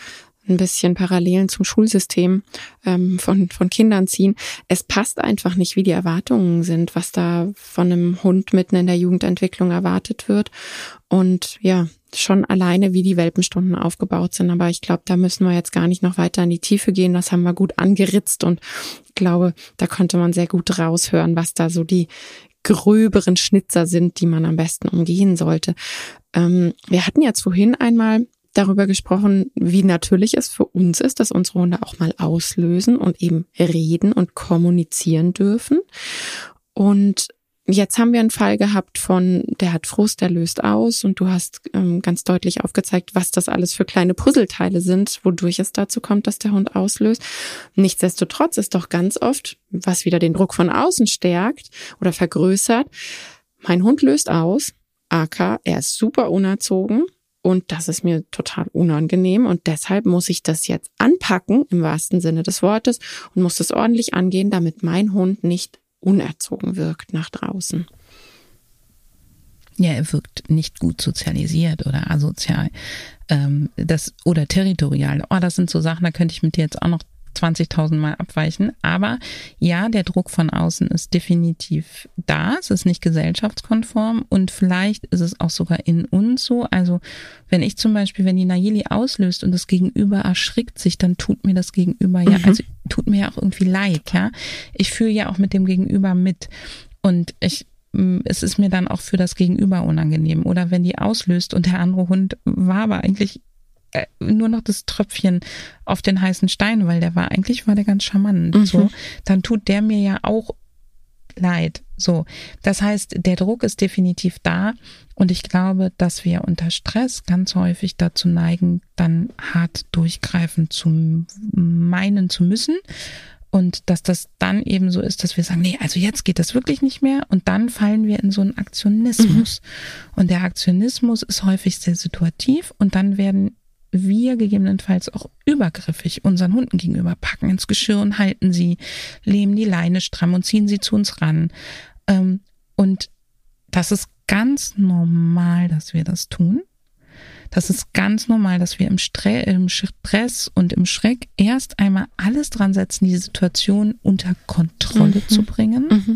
ein bisschen Parallelen zum Schulsystem von Kindern ziehen. Es passt einfach nicht, wie die Erwartungen sind, was da von einem Hund mitten in der Jugendentwicklung erwartet wird. Und ja, schon alleine, wie die Welpenstunden aufgebaut sind. Aber ich glaube, da müssen wir jetzt gar nicht noch weiter in die Tiefe gehen. Das haben wir gut angeritzt und ich glaube, da konnte man sehr gut raushören, was da so die gröberen Schnitzer sind, die man am besten umgehen sollte. Wir hatten jetzt vorhin einmal darüber gesprochen, wie natürlich es für uns ist, dass unsere Hunde auch mal auslösen und eben reden und kommunizieren dürfen. Und jetzt haben wir einen Fall gehabt der hat Frust, der löst aus und du hast ganz deutlich aufgezeigt, was das alles für kleine Puzzleteile sind, wodurch es dazu kommt, dass der Hund auslöst. Nichtsdestotrotz ist doch ganz oft, was wieder den Druck von außen stärkt oder vergrößert, mein Hund löst aus, aka er ist super unerzogen. Und das ist mir total unangenehm und deshalb muss ich das jetzt anpacken, im wahrsten Sinne des Wortes, und muss das ordentlich angehen, damit mein Hund nicht unerzogen wirkt nach draußen. Ja, er wirkt nicht gut sozialisiert oder asozial oder territorial. Oh, das sind so Sachen, da könnte ich mit dir jetzt auch noch 20.000 Mal abweichen. Aber ja, der Druck von außen ist definitiv da. Es ist nicht gesellschaftskonform und vielleicht ist es auch sogar in uns so. Also wenn die Nayeli auslöst und das Gegenüber erschrickt sich, dann tut mir das Gegenüber tut mir ja auch irgendwie leid, ja. Ich fühle ja auch mit dem Gegenüber mit und es ist mir dann auch für das Gegenüber unangenehm. Oder wenn die auslöst und der andere Hund war aber eigentlich nur noch das Tröpfchen auf den heißen Stein, weil der war ganz charmant, so, dann tut der mir ja auch leid, so. Das heißt, der Druck ist definitiv da und ich glaube, dass wir unter Stress ganz häufig dazu neigen, dann hart durchgreifen zu meinen zu müssen und dass das dann eben so ist, dass wir sagen, nee, also jetzt geht das wirklich nicht mehr und dann fallen wir in so einen Aktionismus und der Aktionismus ist häufig sehr situativ und dann werden wir gegebenenfalls auch übergriffig unseren Hunden gegenüber, packen ins Geschirr und halten sie, lehnen die Leine stramm und ziehen sie zu uns ran. Und das ist ganz normal, dass wir das tun. Das ist ganz normal, dass wir im Stress und im Schreck erst einmal alles dran setzen, die Situation unter Kontrolle zu bringen.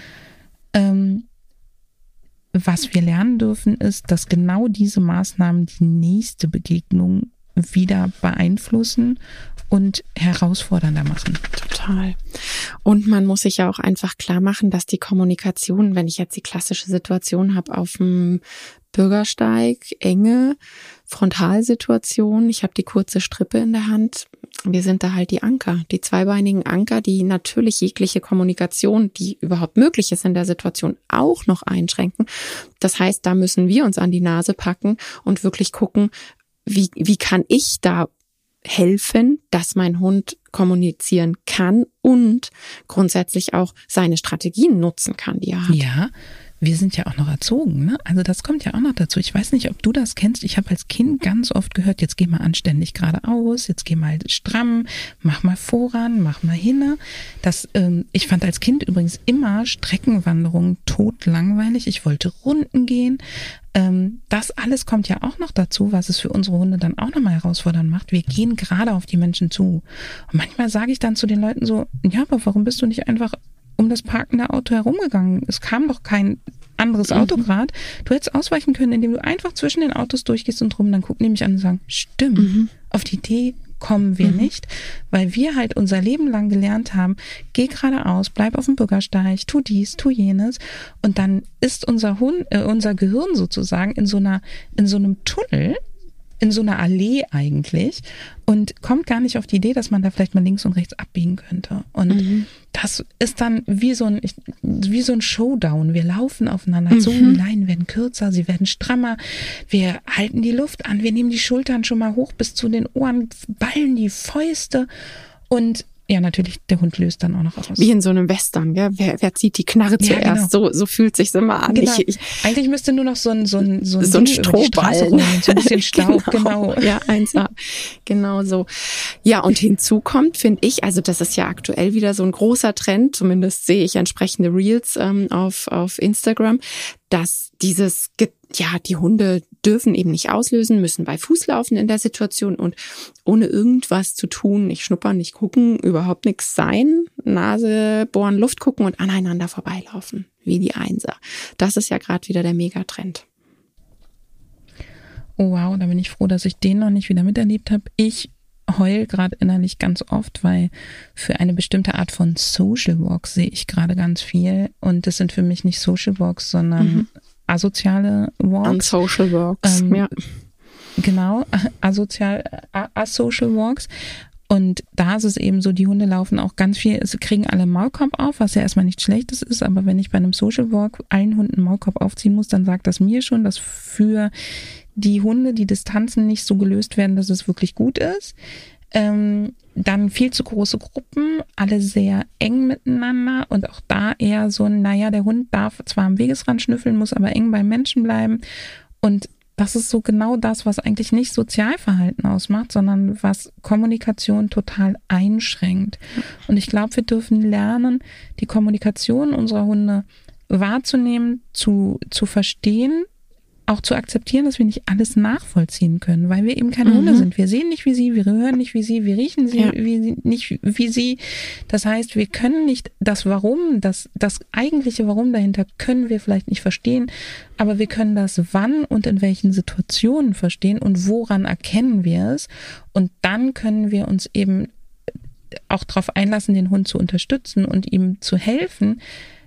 Was wir lernen dürfen, ist, dass genau diese Maßnahmen die nächste Begegnung wieder beeinflussen und herausfordernder machen. Total. Und man muss sich ja auch einfach klar machen, dass die Kommunikation, wenn ich jetzt die klassische Situation habe auf dem Bürgersteig, enge Frontalsituation, ich habe die kurze Strippe in der Hand, wir sind da halt die Anker, die zweibeinigen Anker, die natürlich jegliche Kommunikation, die überhaupt möglich ist in der Situation, auch noch einschränken. Das heißt, da müssen wir uns an die Nase packen und wirklich gucken, wie kann ich da helfen, dass mein Hund kommunizieren kann und grundsätzlich auch seine Strategien nutzen kann, die er hat. Ja, wir sind ja auch noch erzogen, ne? Also das kommt ja auch noch dazu. Ich weiß nicht, ob du das kennst. Ich habe als Kind ganz oft gehört, jetzt geh mal anständig geradeaus, jetzt geh mal stramm, mach mal voran, mach mal hinne. Ich fand als Kind übrigens immer Streckenwanderungen totlangweilig. Ich wollte Runden gehen. Das alles kommt ja auch noch dazu, was es für unsere Hunde dann auch nochmal herausfordernd macht. Wir gehen gerade auf die Menschen zu. Und manchmal sage ich dann zu den Leuten so, ja, aber warum bist du nicht einfach um das parkende Auto herumgegangen? Es kam doch kein anderes Auto gerade. Du hättest ausweichen können, indem du einfach zwischen den Autos durchgehst und rum. Dann gucken die mich an und sagen, stimmt, auf die Idee kommen wir nicht, weil wir halt unser Leben lang gelernt haben, geh geradeaus, bleib auf dem Bürgersteig, tu dies, tu jenes. Und dann ist unser Gehirn sozusagen in so einem Tunnel, in so einer Allee eigentlich und kommt gar nicht auf die Idee, dass man da vielleicht mal links und rechts abbiegen könnte. Und das ist dann wie so ein Showdown. Wir laufen aufeinander zu, die Leinen werden kürzer, sie werden strammer, wir halten die Luft an, wir nehmen die Schultern schon mal hoch bis zu den Ohren, ballen die Fäuste und ja, natürlich, der Hund löst dann auch noch aus. Wie in so einem Western, gell? Wer zieht die Knarre zuerst? Genau. So fühlt sich's immer an. Genau. Eigentlich müsste nur noch so ein Strohball, rollen, so ein bisschen Staub, genau. Ja, 1A. Genau so. Ja, und hinzu kommt, finde ich, also das ist ja aktuell wieder so ein großer Trend, zumindest sehe ich entsprechende Reels auf Instagram, dass die Hunde dürfen eben nicht auslösen, müssen bei Fuß laufen in der Situation und ohne irgendwas zu tun, nicht schnuppern, nicht gucken, überhaupt nichts sein, Nase bohren, Luft gucken und aneinander vorbeilaufen, wie die Einser. Das ist ja gerade wieder der Megatrend. Oh wow, da bin ich froh, dass ich den noch nicht wieder miterlebt habe. Ich heul gerade innerlich ganz oft, weil für eine bestimmte Art von Social Walks sehe ich gerade ganz viel. Und das sind für mich nicht Social Walks, sondern asoziale Walks. Unsocial Walks, ja. Genau, asocial Walks. Und da ist es eben so, die Hunde laufen auch ganz viel, sie kriegen alle Maulkorb auf, was ja erstmal nichts Schlechtes ist, aber wenn ich bei einem Social Walk allen Hunden Maulkorb aufziehen muss, dann sagt das mir schon, dass für die Hunde die Distanzen nicht so gelöst werden, dass es wirklich gut ist. Dann viel zu große Gruppen, alle sehr eng miteinander und auch da eher so, der Hund darf zwar am Wegesrand schnüffeln, muss aber eng beim Menschen bleiben. Und das ist so genau das, was eigentlich nicht Sozialverhalten ausmacht, sondern was Kommunikation total einschränkt. Und ich glaube, wir dürfen lernen, die Kommunikation unserer Hunde wahrzunehmen, zu verstehen, auch zu akzeptieren, dass wir nicht alles nachvollziehen können, weil wir eben keine Hunde sind. Wir sehen nicht wie sie, wir hören nicht wie sie, wir riechen sie nicht wie sie. Das heißt, wir können nicht das Warum, das eigentliche Warum dahinter können wir vielleicht nicht verstehen, aber wir können das Wann und in welchen Situationen verstehen und woran erkennen wir es. Und dann können wir uns eben auch darauf einlassen, den Hund zu unterstützen und ihm zu helfen,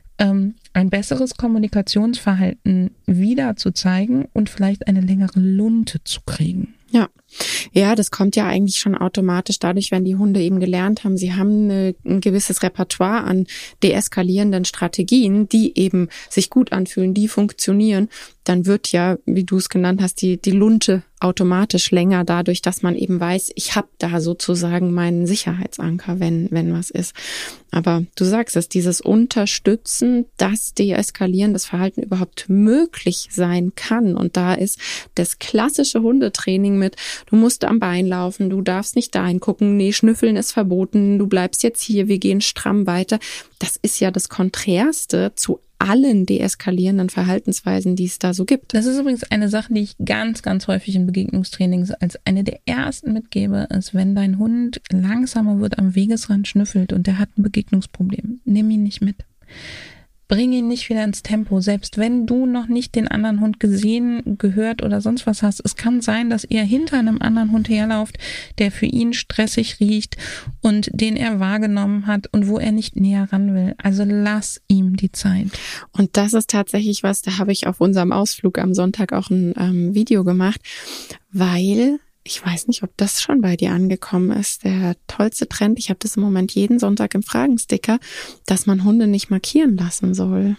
ein besseres Kommunikationsverhalten wieder zu zeigen und vielleicht eine längere Lunte zu kriegen. Ja, das kommt ja eigentlich schon automatisch dadurch, wenn die Hunde eben gelernt haben, sie haben ein gewisses Repertoire an deeskalierenden Strategien, die eben sich gut anfühlen, die funktionieren, dann wird ja, wie du es genannt hast, die Lunte automatisch länger dadurch, dass man eben weiß, ich habe da sozusagen meinen Sicherheitsanker, wenn was ist. Aber du sagst es, dieses Unterstützen, das Deeskalieren, das Verhalten überhaupt möglich sein kann. Und da ist das klassische Hundetraining mit, du musst am Bein laufen, du darfst nicht dahin gucken, nee, schnüffeln ist verboten, du bleibst jetzt hier, wir gehen stramm weiter. Das ist ja das Konträrste zu allen deeskalierenden Verhaltensweisen, die es da so gibt. Das ist übrigens eine Sache, die ich ganz, ganz häufig in Begegnungstrainings als eine der ersten mitgebe, ist, wenn dein Hund langsamer wird, am Wegesrand schnüffelt und der hat ein Begegnungsproblem, nimm ihn nicht mit. Bring ihn nicht wieder ins Tempo, selbst wenn du noch nicht den anderen Hund gesehen, gehört oder sonst was hast. Es kann sein, dass ihr hinter einem anderen Hund herlauft, der für ihn stressig riecht und den er wahrgenommen hat und wo er nicht näher ran will. Also lass ihm die Zeit. Und das ist tatsächlich was, da habe ich auf unserem Ausflug am Sonntag auch ein Video gemacht, weil ich weiß nicht, ob das schon bei dir angekommen ist. Der tollste Trend, ich habe das im Moment jeden Sonntag im Fragensticker, dass man Hunde nicht markieren lassen soll.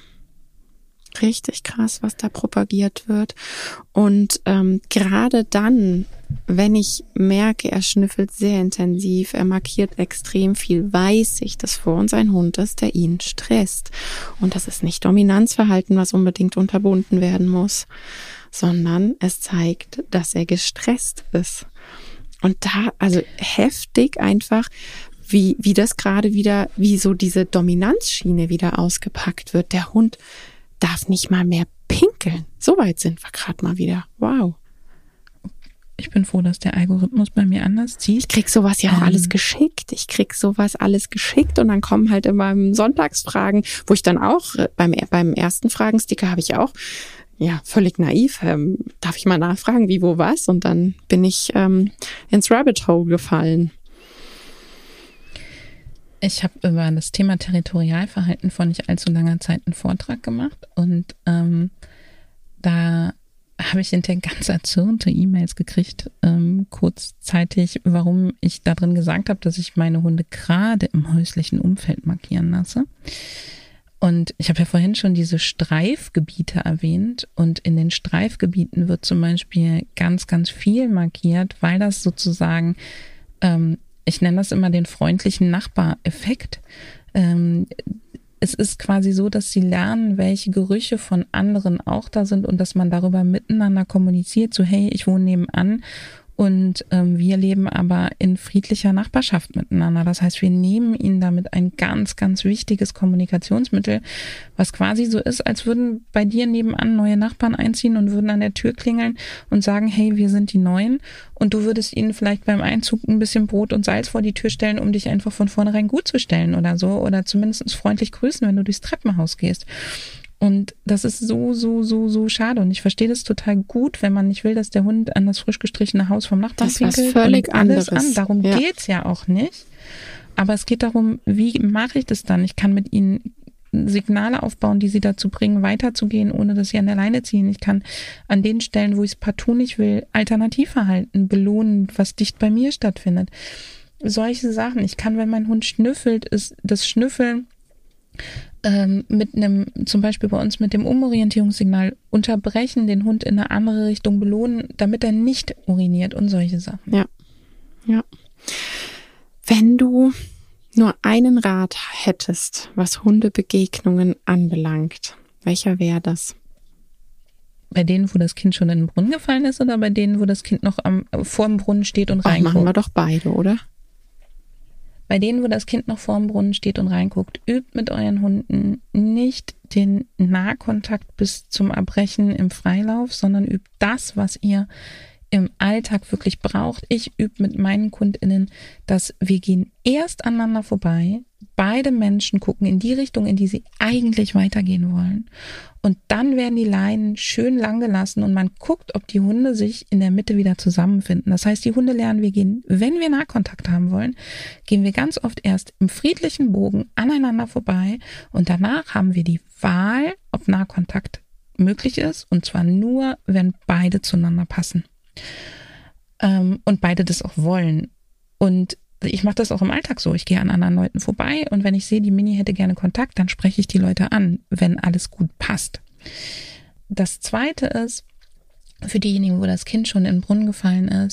Richtig krass, was da propagiert wird. Und gerade dann, wenn ich merke, er schnüffelt sehr intensiv, er markiert extrem viel, weiß ich, dass vor uns ein Hund ist, der ihn stresst. Und das ist nicht Dominanzverhalten, was unbedingt unterbunden werden muss, sondern es zeigt, dass er gestresst ist. Und da, also heftig einfach, wie das gerade wieder, wie so diese Dominanzschiene wieder ausgepackt wird. Der Hund darf nicht mal mehr pinkeln. So weit sind wir gerade mal wieder. Wow. Ich bin froh, dass der Algorithmus bei mir anders zieht. Ich krieg sowas ja auch alles geschickt. Und dann kommen halt immer Sonntagsfragen, wo ich dann auch beim ersten Fragensticker habe ich auch völlig naiv. Darf ich mal nachfragen, wie, wo, was? Und dann bin ich ins Rabbit Hole gefallen. Ich habe über das Thema Territorialverhalten vor nicht allzu langer Zeit einen Vortrag gemacht und da habe ich hinterher ganz erzürnte E-Mails gekriegt, kurzzeitig, warum ich da drin gesagt habe, dass ich meine Hunde gerade im häuslichen Umfeld markieren lasse. Und ich habe ja vorhin schon diese Streifgebiete erwähnt und in den Streifgebieten wird zum Beispiel ganz, ganz viel markiert, weil das sozusagen, ich nenne das immer den freundlichen Nachbareffekt. Es ist quasi so, dass sie lernen, welche Gerüche von anderen auch da sind und dass man darüber miteinander kommuniziert, so hey, ich wohne nebenan Und wir leben aber in friedlicher Nachbarschaft miteinander. Das heißt, wir nehmen ihnen damit ein ganz, ganz wichtiges Kommunikationsmittel, was quasi so ist, als würden bei dir nebenan neue Nachbarn einziehen und würden an der Tür klingeln und sagen, hey, wir sind die Neuen. Und du würdest ihnen vielleicht beim Einzug ein bisschen Brot und Salz vor die Tür stellen, um dich einfach von vornherein gut zu stellen oder so. Oder zumindest freundlich grüßen, wenn du durchs Treppenhaus gehst. Und das ist so schade. Und ich verstehe das total gut, wenn man nicht will, dass der Hund an das frisch gestrichene Haus vom Nachbarn pinkelt. Das ist was völlig anderes. Darum geht's ja auch nicht. Aber es geht darum, wie mache ich das dann? Ich kann mit ihnen Signale aufbauen, die sie dazu bringen, weiterzugehen, ohne dass sie an der Leine ziehen. Ich kann an den Stellen, wo ich es partout nicht will, Alternativverhalten belohnen, was dicht bei mir stattfindet. Solche Sachen. Ich kann, wenn mein Hund schnüffelt, ist das Schnüffeln mit einem, zum Beispiel bei uns mit dem Umorientierungssignal unterbrechen, den Hund in eine andere Richtung belohnen, damit er nicht uriniert und solche Sachen. Ja. Wenn du nur einen Rat hättest, was Hundebegegnungen anbelangt, welcher wäre das? Bei denen, wo das Kind schon in den Brunnen gefallen ist oder bei denen, wo das Kind noch vor dem Brunnen steht und reinguckt? Machen wir doch beide, oder? Bei denen, wo das Kind noch vor dem Brunnen steht und reinguckt, übt mit euren Hunden nicht den Nahkontakt bis zum Erbrechen im Freilauf, sondern übt das, was ihr im Alltag wirklich braucht. Ich übe mit meinen KundInnen, dass wir gehen erst aneinander vorbei, beide Menschen gucken in die Richtung, in die sie eigentlich weitergehen wollen. Und dann werden die Leinen schön lang gelassen und man guckt, ob die Hunde sich in der Mitte wieder zusammenfinden. Das heißt, die Hunde lernen, wir gehen, wenn wir Nahkontakt haben wollen, gehen wir ganz oft erst im friedlichen Bogen aneinander vorbei und danach haben wir die Wahl, ob Nahkontakt möglich ist, und zwar nur, wenn beide zueinander passen. Und beide das auch wollen. Und ich mache das auch im Alltag so. Ich gehe an anderen Leuten vorbei und wenn ich sehe, die Mini hätte gerne Kontakt, dann spreche ich die Leute an, wenn alles gut passt. Das Zweite ist, für diejenigen, wo das Kind schon in den Brunnen gefallen ist,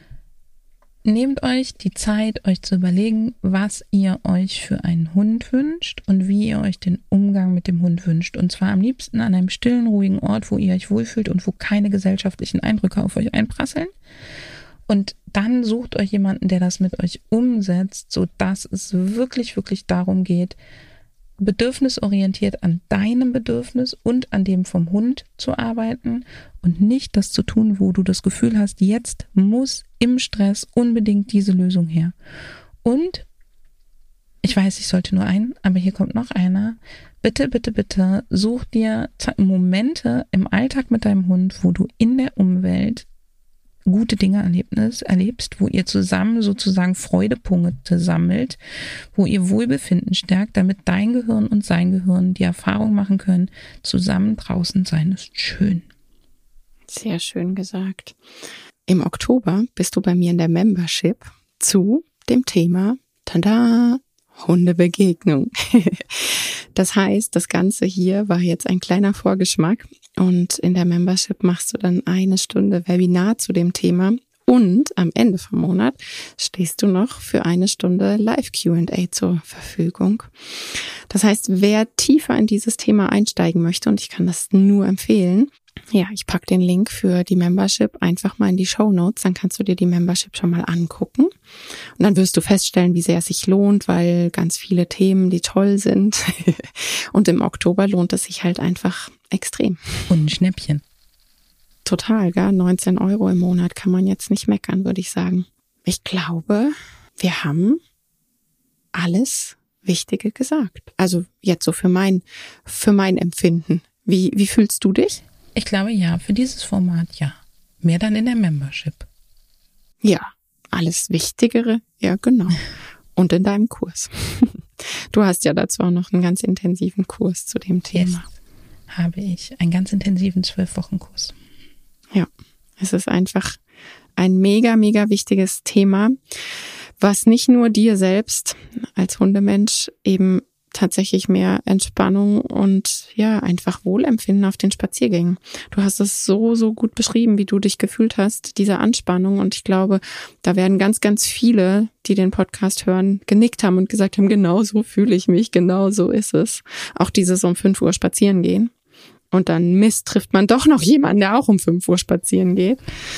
nehmt euch die Zeit, euch zu überlegen, was ihr euch für einen Hund wünscht und wie ihr euch den Umgang mit dem Hund wünscht. Und zwar am liebsten an einem stillen, ruhigen Ort, wo ihr euch wohlfühlt und wo keine gesellschaftlichen Eindrücke auf euch einprasseln. Und dann sucht euch jemanden, der das mit euch umsetzt, sodass es wirklich, wirklich darum geht, bedürfnisorientiert an deinem Bedürfnis und an dem vom Hund zu arbeiten und nicht das zu tun, wo du das Gefühl hast, jetzt muss im Stress unbedingt diese Lösung her. Und ich weiß, ich sollte nur einen, aber hier kommt noch einer. Bitte, bitte, bitte such dir Momente im Alltag mit deinem Hund, wo du in der Umwelt gute Dinge erlebst, wo ihr zusammen sozusagen Freudepunkte sammelt, wo ihr Wohlbefinden stärkt, damit dein Gehirn und sein Gehirn die Erfahrung machen können, zusammen draußen sein ist schön. Sehr schön gesagt. Im Oktober bist du bei mir in der Membership zu dem Thema, tada, Hundebegegnung. Das heißt, das Ganze hier war jetzt ein kleiner Vorgeschmack und in der Membership machst du dann 1 Stunde Webinar zu dem Thema und am Ende vom Monat stehst du noch für 1 Stunde Live Q&A zur Verfügung. Das heißt, wer tiefer in dieses Thema einsteigen möchte, und ich kann das nur empfehlen, ja, ich packe den Link für die Membership einfach mal in die Shownotes, dann kannst du dir die Membership schon mal angucken. Und dann wirst du feststellen, wie sehr es sich lohnt, weil ganz viele Themen, die toll sind. Und im Oktober lohnt es sich halt einfach extrem. Und ein Schnäppchen. Total, gell? 19 € im Monat kann man jetzt nicht meckern, würde ich sagen. Ich glaube, wir haben alles Wichtige gesagt. Also jetzt so für mein Empfinden. Wie fühlst du dich? Ich glaube ja, für dieses Format ja. Mehr dann in der Membership. Ja, alles Wichtigere, ja genau. Und in deinem Kurs. Du hast ja dazu auch noch einen ganz intensiven Kurs zu dem Thema. Yes, habe ich. Einen ganz intensiven 12-Wochen-Kurs. Ja, es ist einfach ein mega, mega wichtiges Thema, was nicht nur dir selbst als Hundemensch eben tatsächlich mehr Entspannung und ja, einfach Wohlempfinden auf den Spaziergängen. Du hast es so gut beschrieben, wie du dich gefühlt hast, diese Anspannung. Und ich glaube, da werden ganz, ganz viele, die den Podcast hören, genickt haben und gesagt haben, genau so fühle ich mich, genau so ist es. Auch dieses um 5 Uhr spazieren gehen. Und dann trifft man doch noch jemanden, der auch um 5 Uhr spazieren geht.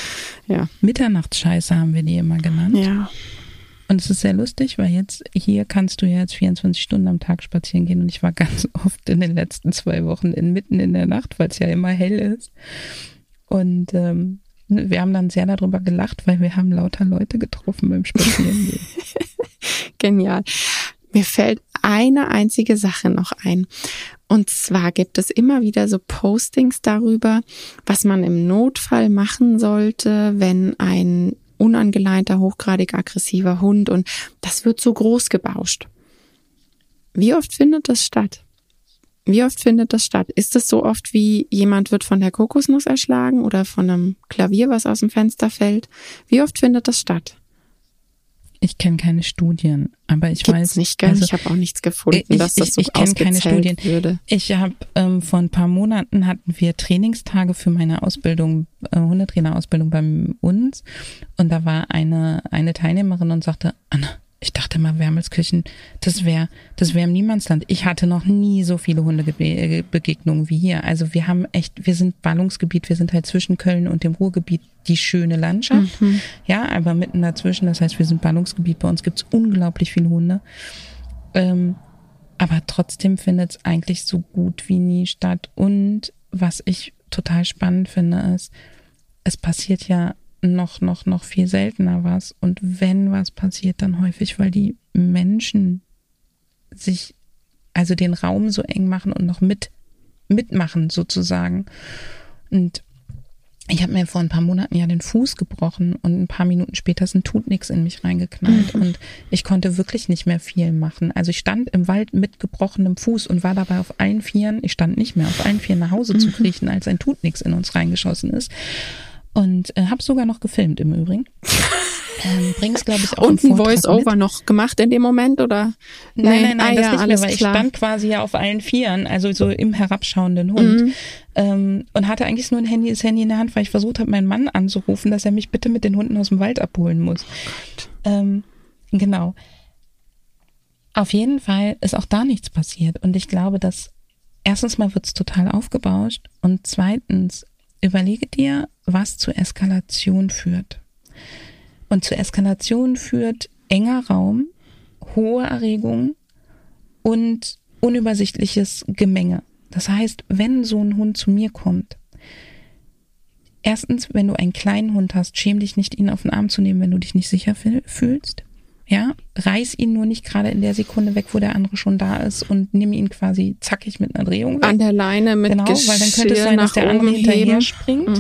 ja. Mitternachtsscheiße haben wir die immer genannt. Ja. Und es ist sehr lustig, weil hier kannst du ja jetzt 24 Stunden am Tag spazieren gehen und ich war ganz oft in den letzten 2 Wochen mitten in der Nacht, weil es ja immer hell ist. Und wir haben dann sehr darüber gelacht, weil wir haben lauter Leute getroffen beim Spazierengehen. Genial. Mir fällt eine einzige Sache noch ein. Und zwar gibt es immer wieder so Postings darüber, was man im Notfall machen sollte, wenn ein unangeleinter, hochgradig aggressiver Hund, und das wird so groß gebauscht. Wie oft findet das statt? Wie oft findet das statt? Ist es so oft wie jemand wird von der Kokosnuss erschlagen oder von einem Klavier, was aus dem Fenster fällt? Wie oft findet das statt? Ich kenne keine Studien, aber ich Gibt's weiß nicht, gell? Also, ich habe auch nichts gefunden, dass das so ich kenne keine Studien. Würde. Ich habe vor ein paar Monaten hatten wir Trainingstage für meine Ausbildung, Hundetrainerausbildung bei uns, und da war eine Teilnehmerin und sagte: Anna, ich dachte mal, Wermelskirchen, das wäre im Niemandsland. Ich hatte noch nie so viele Hundebegegnungen wie hier. Also wir sind Ballungsgebiet, wir sind halt zwischen Köln und dem Ruhrgebiet, die schöne Landschaft. Mhm. Ja, aber mitten dazwischen, das heißt, wir sind Ballungsgebiet, bei uns gibt es unglaublich viele Hunde. Aber trotzdem findet es eigentlich so gut wie nie statt. Und was ich total spannend finde, ist, es passiert ja noch viel seltener was, und wenn was passiert, dann häufig, weil die Menschen sich also den Raum so eng machen und noch mitmachen sozusagen. Und ich habe mir vor ein paar Monaten ja den Fuß gebrochen und ein paar Minuten später ist ein Tutnix in mich reingeknallt und ich konnte wirklich nicht mehr viel machen. Also ich stand im Wald mit gebrochenem Fuß und war dabei auf allen Vieren, ich stand nicht mehr auf allen Vieren nach Hause zu kriechen, als ein Tutnix in uns reingeschossen ist. Und habe sogar noch gefilmt im Übrigen. Bring's, glaube ich, auch und ein Voice-Over noch gemacht in dem Moment, oder? Nein, das nicht mehr, weil ich stand quasi ja auf allen Vieren, also so im herabschauenden Hund. Und hatte eigentlich nur das Handy in der Hand, weil ich versucht habe, meinen Mann anzurufen, dass er mich bitte mit den Hunden aus dem Wald abholen muss. Genau. Auf jeden Fall ist auch da nichts passiert. Und ich glaube, dass erstens mal wird's total aufgebauscht und zweitens überlege dir, was zur Eskalation führt. Und zur Eskalation führt enger Raum, hohe Erregung und unübersichtliches Gemenge. Das heißt, wenn so ein Hund zu mir kommt, erstens, wenn du einen kleinen Hund hast, schäm dich nicht, ihn auf den Arm zu nehmen, wenn du dich nicht sicher fühlst. Ja, reiß ihn nur nicht gerade in der Sekunde weg, wo der andere schon da ist, und nimm ihn quasi zackig mit einer Drehung weg. An der Leine mit Genau, weil dann könnte es sein, dass der andere hinterher springt.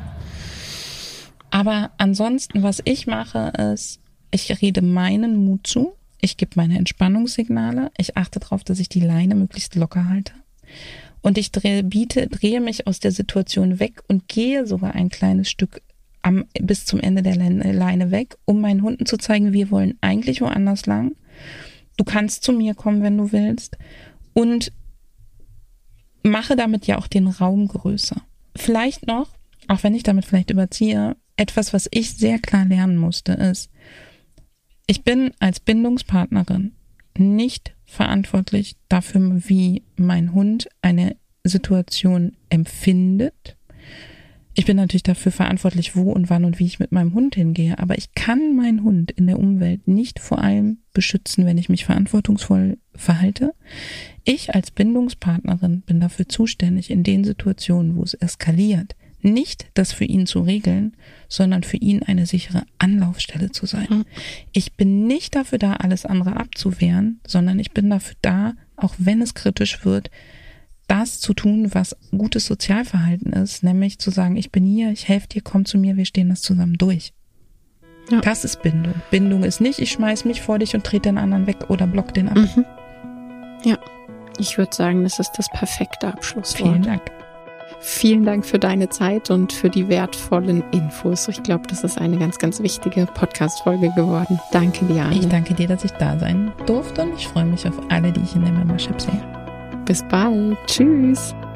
Aber ansonsten, was ich mache, ist, ich rede meinen Mut zu, ich gebe meine Entspannungssignale, ich achte darauf, dass ich die Leine möglichst locker halte und ich drehe mich aus der Situation weg und gehe sogar ein kleines Stück bis zum Ende der Leine weg, um meinen Hunden zu zeigen, wir wollen eigentlich woanders lang. Du kannst zu mir kommen, wenn du willst, und mache damit ja auch den Raum größer. Vielleicht noch, auch wenn ich damit vielleicht überziehe, etwas, was ich sehr klar lernen musste, ist, ich bin als Bindungspartnerin nicht verantwortlich dafür, wie mein Hund eine Situation empfindet. Ich bin natürlich dafür verantwortlich, wo und wann und wie ich mit meinem Hund hingehe, aber ich kann meinen Hund in der Umwelt nicht vor allem beschützen, wenn ich mich verantwortungsvoll verhalte. Ich als Bindungspartnerin bin dafür zuständig, in den Situationen, wo es eskaliert, nicht das für ihn zu regeln, sondern für ihn eine sichere Anlaufstelle zu sein. Ich bin nicht dafür da, alles andere abzuwehren, sondern ich bin dafür da, auch wenn es kritisch wird, das zu tun, was gutes Sozialverhalten ist, nämlich zu sagen, ich bin hier, ich helfe dir, komm zu mir, wir stehen das zusammen durch. Ja. Das ist Bindung. Bindung ist nicht, ich schmeiß mich vor dich und trete den anderen weg oder block den ab. Ja, ich würde sagen, das ist das perfekte Abschlusswort. Vielen Dank. Vielen Dank für deine Zeit und für die wertvollen Infos. Ich glaube, das ist eine ganz, ganz wichtige Podcast-Folge geworden. Danke dir, Anne. Ich danke dir, dass ich da sein durfte, und ich freue mich auf alle, die ich in der Membership sehe. Bis bald. Tschüss.